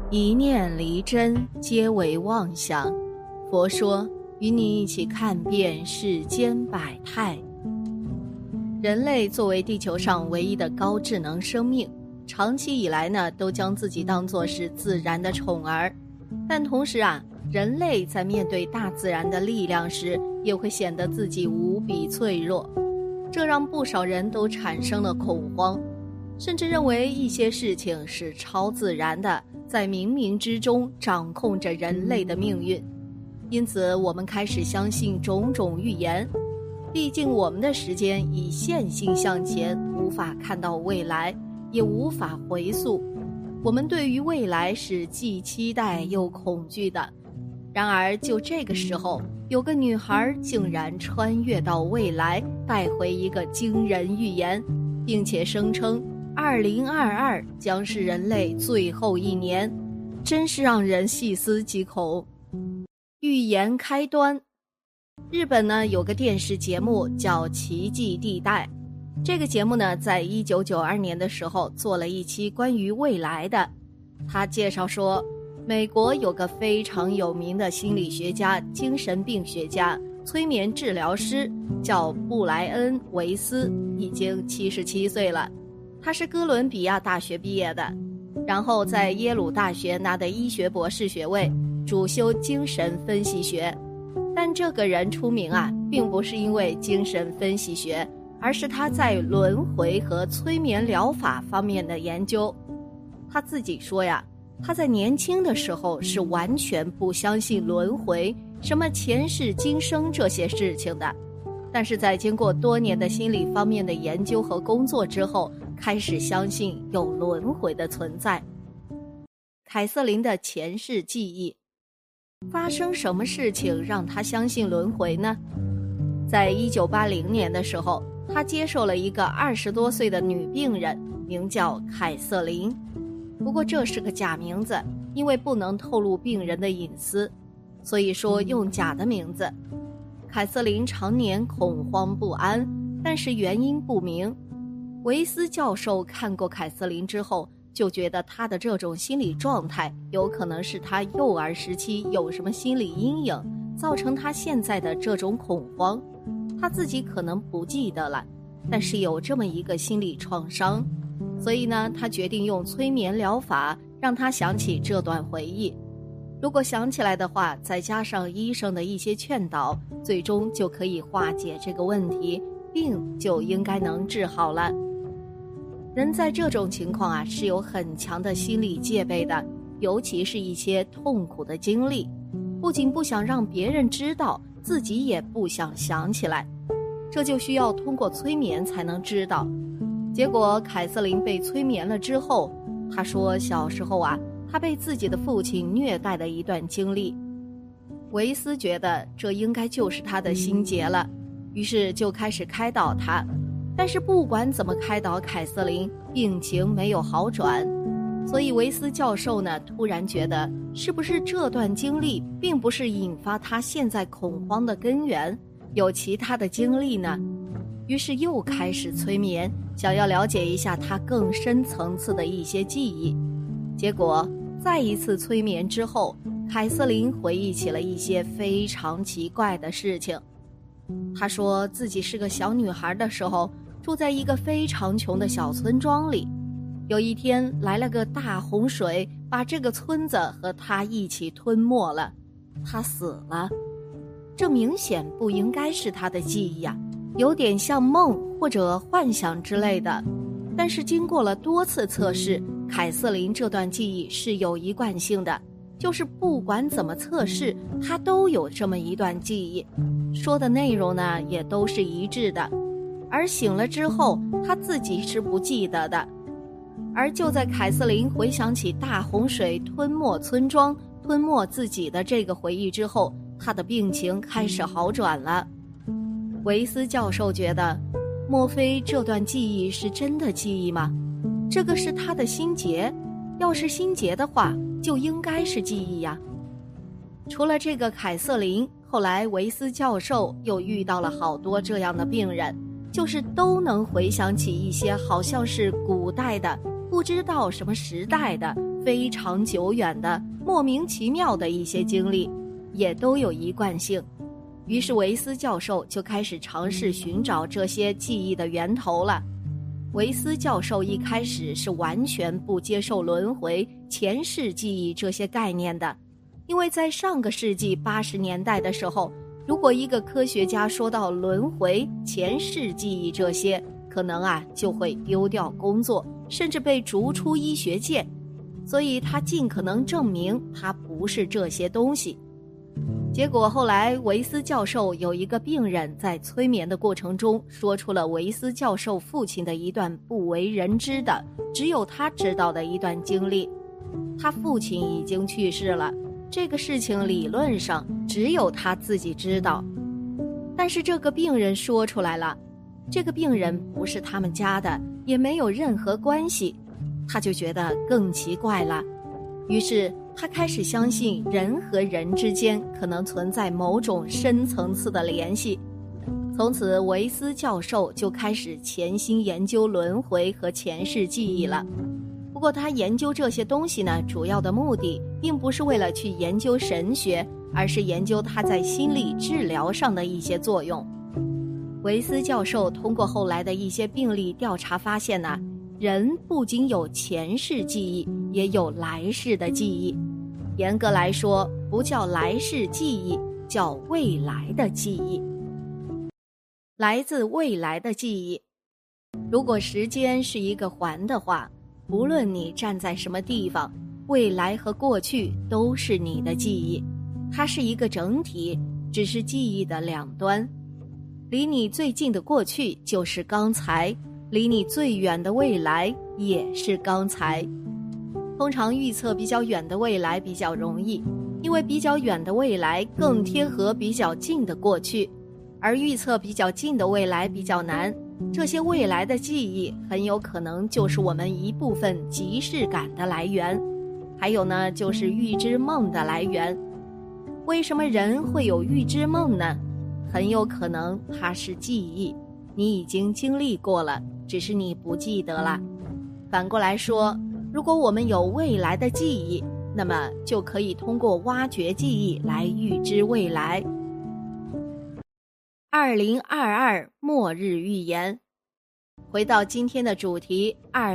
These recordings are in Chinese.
一念离真，皆为妄想。佛说，与你一起看遍世间百态。人类作为地球上唯一的高智能生命，长期以来呢，都将自己当作是自然的宠儿。但同时啊，人类在面对大自然的力量时，也会显得自己无比脆弱。这让不少人都产生了恐慌，甚至认为一些事情是超自然的，在冥冥之中掌控着人类的命运。因此我们开始相信种种预言，毕竟我们的时间以线性向前，无法看到未来，也无法回溯。我们对于未来是既期待又恐惧的。然而就这个时候，有个女孩竟然穿越到未来，带回一个惊人预言，并且声称2022将是人类最后一年，真是让人细思极恐。预言开端。日本呢有个电视节目叫《奇迹地带》，这个节目呢在1992年的时候做了一期关于未来的。他介绍说，美国有个非常有名的心理学家、精神病学家、催眠治疗师，叫布莱恩·维斯，已经77岁了。他是哥伦比亚大学毕业的，然后在耶鲁大学拿的医学博士学位，主修精神分析学。但这个人出名啊，并不是因为精神分析学，而是他在轮回和催眠疗法方面的研究。他自己说呀，他在年轻的时候是完全不相信轮回、什么前世今生这些事情的，但是在经过多年的心理方面的研究和工作之后，开始相信有轮回的存在。凯瑟琳的前世记忆，发生什么事情让他相信轮回呢？在1980年的时候，他接受了一个20多岁的女病人，名叫凯瑟琳。不过这是个假名字，因为不能透露病人的隐私，所以说用假的名字。凯瑟琳常年恐慌不安，但是原因不明。维斯教授看过凯瑟琳之后，就觉得她的这种心理状态有可能是她幼儿时期有什么心理阴影，造成她现在的这种恐慌。她自己可能不记得了，但是有这么一个心理创伤，所以呢，她决定用催眠疗法让她想起这段回忆。如果想起来的话，再加上医生的一些劝导，最终就可以化解这个问题，病就应该能治好了。人在这种情况啊，是有很强的心理戒备的，尤其是一些痛苦的经历，不仅不想让别人知道，自己也不想想起来，这就需要通过催眠才能知道。结果凯瑟琳被催眠了之后，她说小时候啊，她被自己的父亲虐待的一段经历。维斯觉得这应该就是她的心结了，于是就开始开导她。但是不管怎么开导凯瑟琳，病情没有好转，所以维斯教授呢，突然觉得是不是这段经历并不是引发他现在恐慌的根源，有其他的经历呢？于是又开始催眠，想要了解一下他更深层次的一些记忆。结果再一次催眠之后，凯瑟琳回忆起了一些非常奇怪的事情。她说自己是个小女孩的时候，住在一个非常穷的小村庄里，有一天来了个大洪水，把这个村子和她一起吞没了，她死了。这明显不应该是她的记忆啊，有点像梦或者幻想之类的。但是经过了多次测试，凯瑟琳这段记忆是有一贯性的，就是不管怎么测试，她都有这么一段记忆，说的内容呢也都是一致的。而醒了之后，她自己是不记得的。而就在凯瑟琳回想起大洪水吞没村庄、吞没自己的这个回忆之后，她的病情开始好转了。维斯教授觉得，莫非这段记忆是真的记忆吗？这个是她的心结，要是心结的话，就应该是记忆呀。除了这个凯瑟琳，后来维斯教授又遇到了好多这样的病人，就是都能回想起一些好像是古代的，不知道什么时代的， 非常久远的莫名其妙的一些经历，也都有一贯性。于是维斯教授就开始尝试寻找这些记忆的源头了。维斯教授一开始是完全不接受轮回、前世记忆这些概念的，因为在上个世纪80年代的时候，如果一个科学家说到轮回、前世记忆这些，可能就会丢掉工作，甚至被逐出医学界。所以他尽可能证明他不是这些东西。结果后来维斯教授有一个病人在催眠的过程中说出了维斯教授父亲的一段不为人知的，只有他知道的一段经历。他父亲已经去世了，这个事情理论上只有他自己知道。但是这个病人说出来了，这个病人不是他们家的，也没有任何关系，他就觉得更奇怪了。于是他开始相信人和人之间可能存在某种深层次的联系。从此维斯教授就开始潜心研究轮回和前世记忆了。不过他研究这些东西呢，主要的目的并不是为了去研究神学，而是研究它在心理治疗上的一些作用。维斯教授通过后来的一些病例调查发现呢，人不仅有前世记忆，也有来世的记忆。严格来说，不叫来世记忆，叫未来的记忆。来自未来的记忆。如果时间是一个环的话，不论你站在什么地方，未来和过去都是你的记忆。它是一个整体，只是记忆的两端。离你最近的过去就是刚才，离你最远的未来也是刚才。通常预测比较远的未来比较容易，因为比较远的未来更贴合比较近的过去，而预测比较近的未来比较难。这些未来的记忆很有可能就是我们一部分即视感的来源，还有呢，就是预知梦的来源。为什么人会有预知梦呢？很有可能它是记忆，你已经经历过了，只是你不记得了。反过来说，如果我们有未来的记忆，那么就可以通过挖掘记忆来预知未来。2022末日预言。回到今天的主题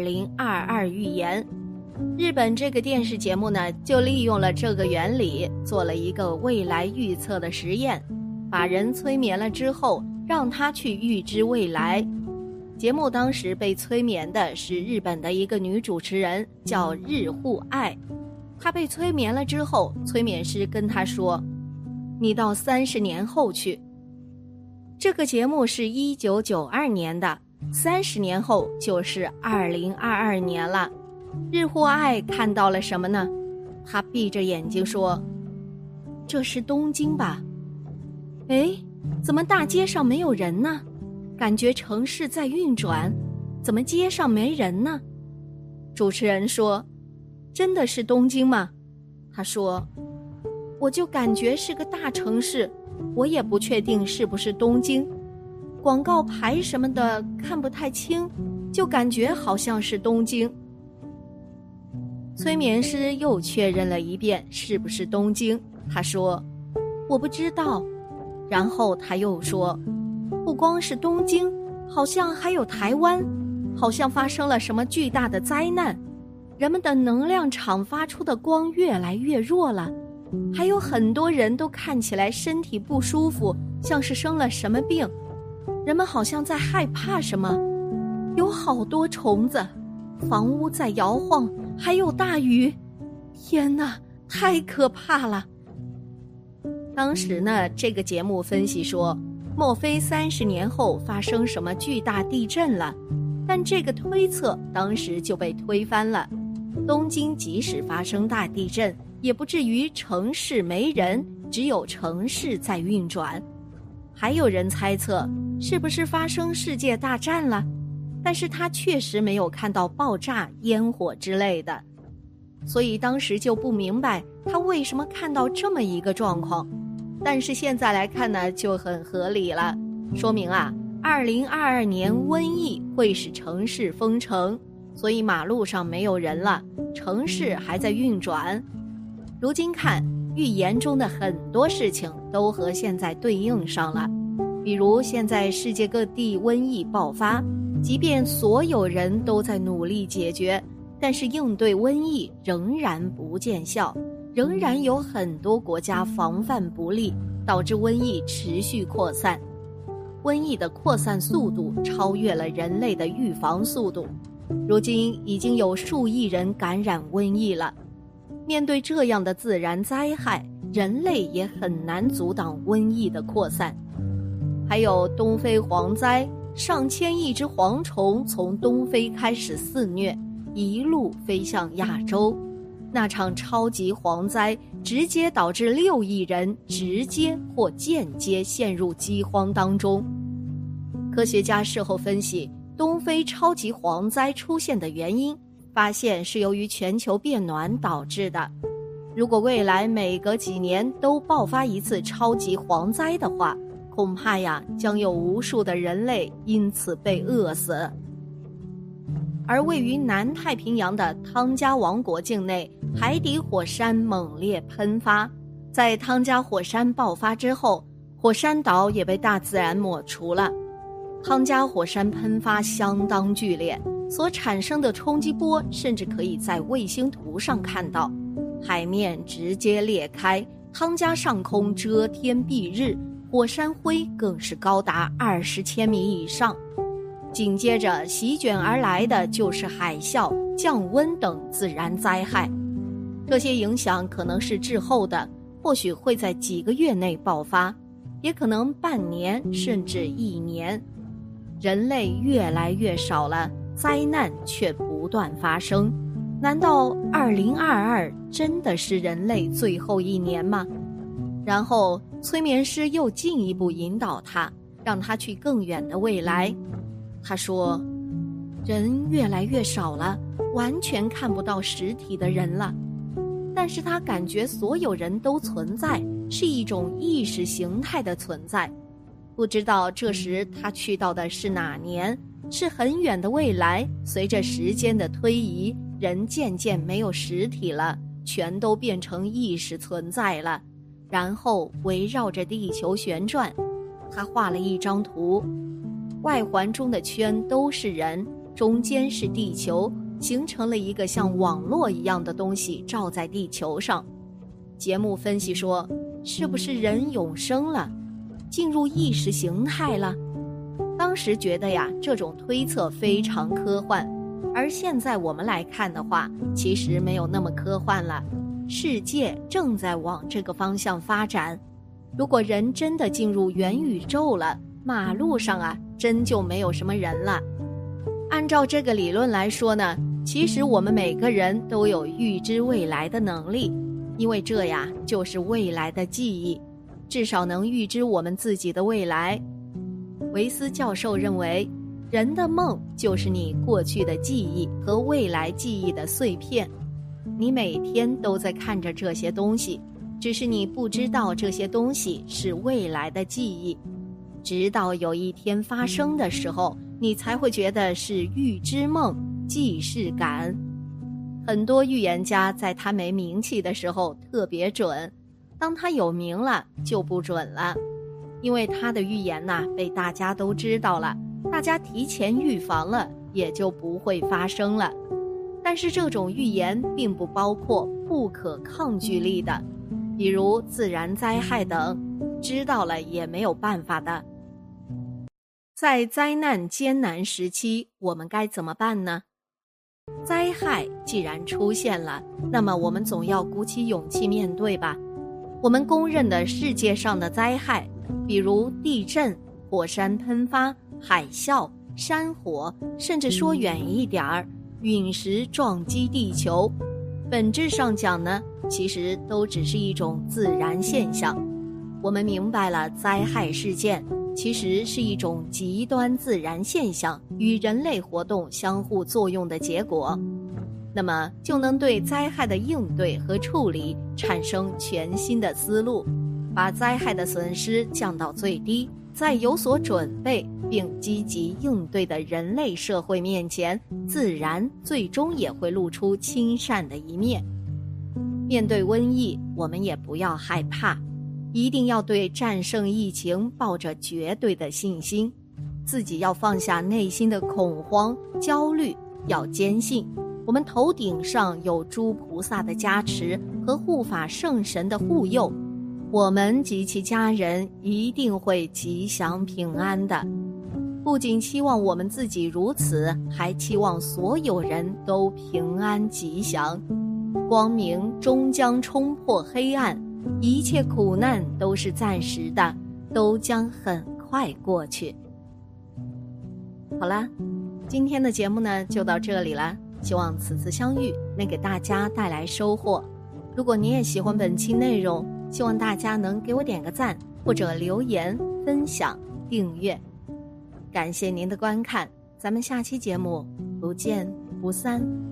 ，2022预言。日本这个电视节目呢，就利用了这个原理，做了一个未来预测的实验，把人催眠了之后，让他去预知未来。节目当时被催眠的是日本的一个女主持人，叫日户爱。她被催眠了之后，催眠师跟她说，你到30年后去。这个节目是1992年的，30年后就是2022年了。日户爱看到了什么呢？他闭着眼睛说，这是东京吧？诶，怎么大街上没有人呢？感觉城市在运转，怎么街上没人呢？主持人说，真的是东京吗？他说，我就感觉是个大城市，我也不确定是不是东京，广告牌什么的看不太清，就感觉好像是东京。催眠师又确认了一遍是不是东京，他说，我不知道。然后他又说，不光是东京，好像还有台湾，好像发生了什么巨大的灾难，人们的能量场发出的光越来越弱了，还有很多人都看起来身体不舒服，像是生了什么病，人们好像在害怕什么，有好多虫子，房屋在摇晃，还有大雨，天哪，太可怕了。当时呢，这个节目分析说，莫非30年后发生什么巨大地震了？但这个推测当时就被推翻了。东京即使发生大地震，也不至于城市没人，只有城市在运转。还有人猜测，是不是发生世界大战了？但是他确实没有看到爆炸、烟火之类的，所以当时就不明白他为什么看到这么一个状况。但是现在来看呢，就很合理了，说明2022年瘟疫会使城市封城， 所以马路上没有人了，城市还在运转。如今看，预言中的很多事情都和现在对应上了。比如现在世界各地瘟疫爆发，即便所有人都在努力解决，但是应对瘟疫仍然不见效，仍然有很多国家防范不力，导致瘟疫持续扩散。瘟疫的扩散速度超越了人类的预防速度，如今已经有数亿人感染瘟疫了。面对这样的自然灾害，人类也很难阻挡瘟疫的扩散。还有东非蝗灾，上千亿只蝗虫从东非开始肆虐，一路飞向亚洲。那场超级蝗灾直接导致6亿人直接或间接陷入饥荒当中。科学家事后分析，东非超级蝗灾出现的原因，发现是由于全球变暖导致的。如果未来每隔几年都爆发一次超级蝗灾的话，恐怕呀将有无数的人类因此被饿死。而位于南太平洋的汤加王国境内，海底火山猛烈喷发。在汤加火山爆发之后，火山岛也被大自然抹除了。汤加火山喷发相当剧烈，所产生的冲击波甚至可以在卫星图上看到。海面直接裂开，汤加上空遮天蔽日，火山灰更是高达20千米以上。紧接着席卷而来的就是海啸、降温等自然灾害。这些影响可能是滞后的，或许会在几个月内爆发，也可能半年甚至1年。人类越来越少了，灾难却不断发生。难道2022真的是人类最后1年吗？然后催眠师又进一步引导他，让他去更远的未来。他说，人越来越少了，完全看不到实体的人了。但是他感觉所有人都存在，是一种意识形态的存在。不知道这时他去到的是哪年，是很远的未来。随着时间的推移，人渐渐没有实体了，全都变成意识存在了，然后围绕着地球旋转。他画了一张图，外环中的圈都是人，中间是地球，形成了一个像网络一样的东西罩在地球上。节目分析说，是不是人永生了，进入意识形态了？当时觉得呀，这种推测非常科幻，而现在我们来看的话，其实没有那么科幻了。世界正在往这个方向发展。如果人真的进入元宇宙了，马路上啊，真就没有什么人了。按照这个理论来说呢，其实我们每个人都有预知未来的能力，因为这呀就是未来的记忆，至少能预知我们自己的未来。维斯教授认为，人的梦就是你过去的记忆和未来记忆的碎片，你每天都在看着这些东西，只是你不知道这些东西是未来的记忆，直到有一天发生的时候，你才会觉得是预知梦、既视感。很多预言家在他没名气的时候特别准，当他有名了就不准了，因为他的预言被大家都知道了，大家提前预防了，也就不会发生了。但是这种预言并不包括不可抗拒力的，比如自然灾害等，知道了也没有办法的。在灾难艰难时期，我们该怎么办呢？灾害既然出现了，那么我们总要鼓起勇气面对吧。我们公认的世界上的灾害，比如地震、火山喷发、海啸、山火，甚至说远一点儿，陨石撞击地球，本质上讲呢，其实都只是一种自然现象。我们明白了灾害事件其实是一种极端自然现象与人类活动相互作用的结果，那么就能对灾害的应对和处理产生全新的思路，把灾害的损失降到最低， 在有所准备并积极应对的人类社会面前，自然最终也会露出亲善的一面。面对瘟疫，我们也不要害怕，一定要对战胜疫情抱着绝对的信心，自己要放下内心的恐慌、焦虑，要坚信我们头顶上有诸菩萨的加持和护法圣神的护佑，我们及其家人一定会吉祥平安的。不仅期望我们自己如此，还期望所有人都平安吉祥。光明终将冲破黑暗，一切苦难都是暂时的，都将很快过去。好了，今天的节目呢就到这里了，希望此次相遇能给大家带来收获。如果你也喜欢本期内容，希望大家能给我点个赞，或者留言、分享、订阅。感谢您的观看，咱们下期节目不见不散。